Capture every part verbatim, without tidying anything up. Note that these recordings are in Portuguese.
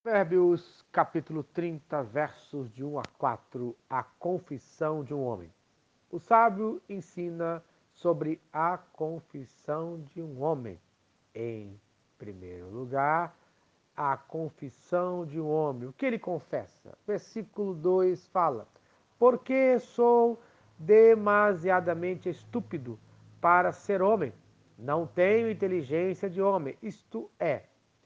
Provérbios capítulo trinta, versos de um a quatro, a confissão de um homem. O sábio ensina sobre a confissão de um homem. Em primeiro lugar, a confissão de um homem. O que ele confessa? Versículo dois fala: Porque sou demasiadamente estúpido para ser homem. Não tenho inteligência de homem. Isto é,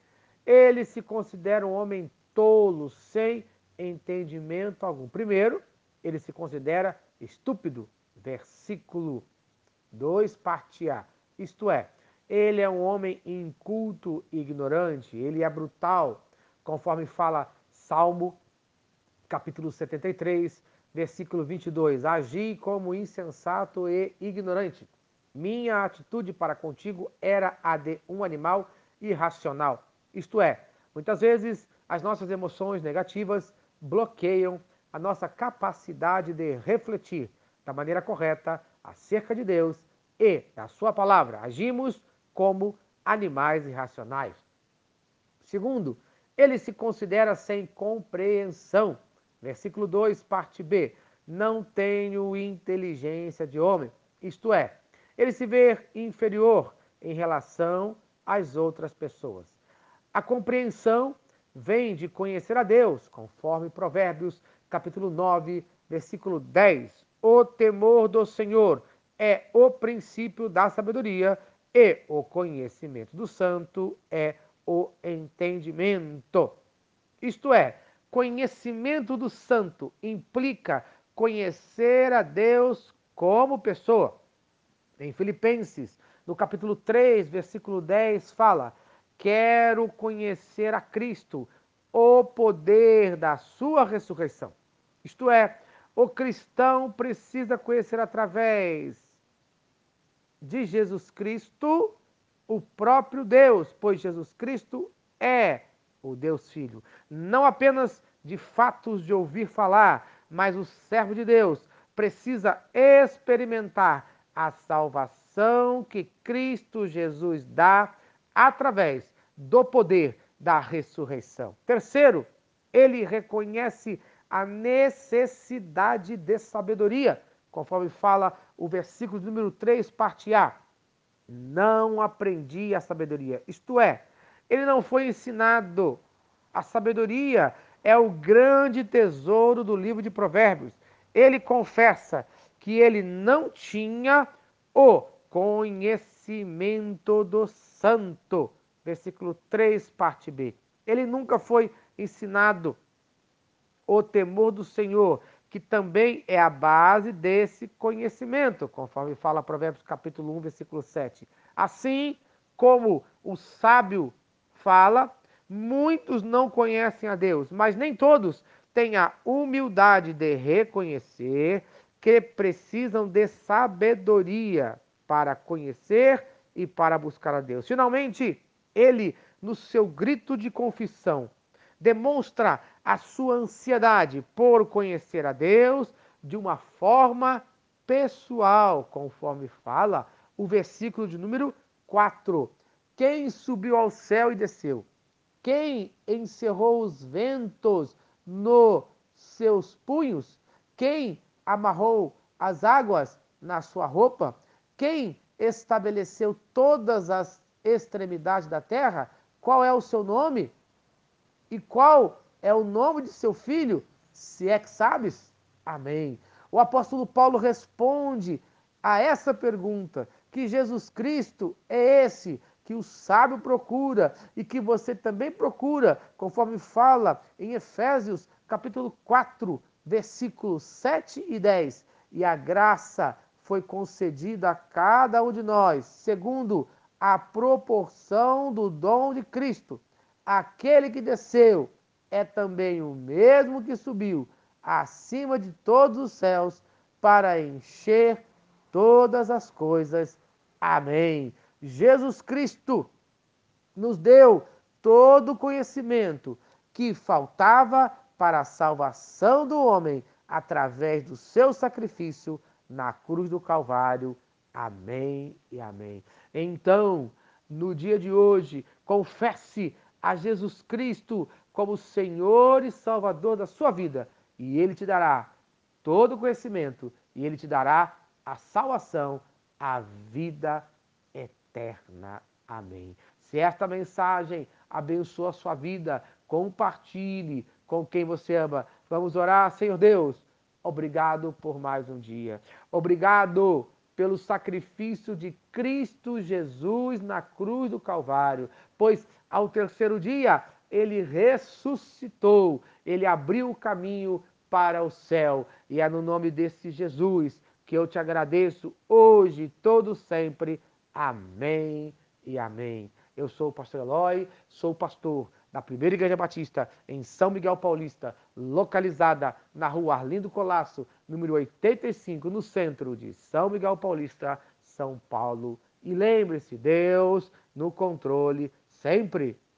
ele se considera um homem tolo, sem entendimento algum. Primeiro, ele se considera estúpido. Versículo dois, parte A. Isto é, ele é um homem inculto e ignorante, ele é brutal, conforme fala Salmo, capítulo setenta e três, versículo vinte e dois. Agi como insensato e ignorante. Minha atitude para contigo era a de um animal irracional. Isto é, muitas vezes as nossas emoções negativas bloqueiam a nossa capacidade de refletir da maneira correta acerca de Deus e da sua palavra. Agimos como animais irracionais. Segundo, ele se considera sem compreensão. Versículo dois, parte B. Não tenho inteligência de homem. Isto é, ele se vê inferior em relação às outras pessoas. A compreensão vem de conhecer a Deus, conforme Provérbios, capítulo nove, versículo dez. O temor do Senhor é o princípio da sabedoria e o conhecimento do santo é o entendimento. Isto é, conhecimento do santo implica conhecer a Deus como pessoa. Em Filipenses, no capítulo três, versículo dez, fala: Quero conhecer a Cristo, o poder da sua ressurreição. Isto é, o cristão precisa conhecer através de Jesus Cristo o próprio Deus, pois Jesus Cristo é o Deus Filho. Não apenas de fatos de ouvir falar, mas o servo de Deus precisa experimentar a salvação que Cristo Jesus dá através do poder da ressurreição. Terceiro, ele reconhece a necessidade de sabedoria, conforme fala o versículo número três, parte A. Não aprendi a sabedoria. Isto é, ele não foi ensinado. A sabedoria é o grande tesouro do livro de Provérbios. Ele confessa que ele não tinha o conhecimento do santo. Versículo três, parte B. Ele nunca foi ensinado o temor do Senhor, que também é a base desse conhecimento, conforme fala Provérbios capítulo um, versículo sete. Assim como o sábio fala, muitos não conhecem a Deus, mas nem todos têm a humildade de reconhecer que precisam de sabedoria para conhecer e para buscar a Deus. Finalmente, ele, no seu grito de confissão, demonstra a sua ansiedade por conhecer a Deus de uma forma pessoal, conforme fala o versículo de número quatro. Quem subiu ao céu e desceu? Quem encerrou os ventos nos seus punhos? Quem amarrou as águas na sua roupa? Quem estabeleceu todas as extremidades da terra? Qual é o seu nome? E qual é o nome de seu filho, se é que sabes? Amém. O apóstolo Paulo responde a essa pergunta, que Jesus Cristo é esse que o sábio procura e que você também procura, conforme fala em Efésios capítulo quatro, versículos sete e dez. E a graça foi concedida a cada um de nós, segundo a proporção do dom de Cristo. Aquele que desceu é também o mesmo que subiu acima de todos os céus para encher todas as coisas. Amém. Jesus Cristo nos deu todo o conhecimento que faltava para a salvação do homem através do seu sacrifício na cruz do Calvário. Amém e amém. Então, no dia de hoje, confesse a Jesus Cristo como Senhor e Salvador da sua vida, e Ele te dará todo o conhecimento, e Ele te dará a salvação, a vida eterna. Amém. Se esta mensagem abençoa a sua vida, compartilhe com quem você ama. Vamos orar, Senhor Deus. Obrigado por mais um dia. Obrigado pelo sacrifício de Cristo Jesus na cruz do Calvário, pois ao terceiro dia ele ressuscitou, ele abriu o caminho para o céu. E é no nome desse Jesus que eu te agradeço hoje, todo sempre. Amém e amém. Eu sou o pastor Eloy, sou pastor da Primeira Igreja Batista em São Miguel Paulista, localizada na rua Arlindo Colasso, número oitenta e cinco, no centro de São Miguel Paulista, São Paulo. E lembre-se, Deus no controle sempre.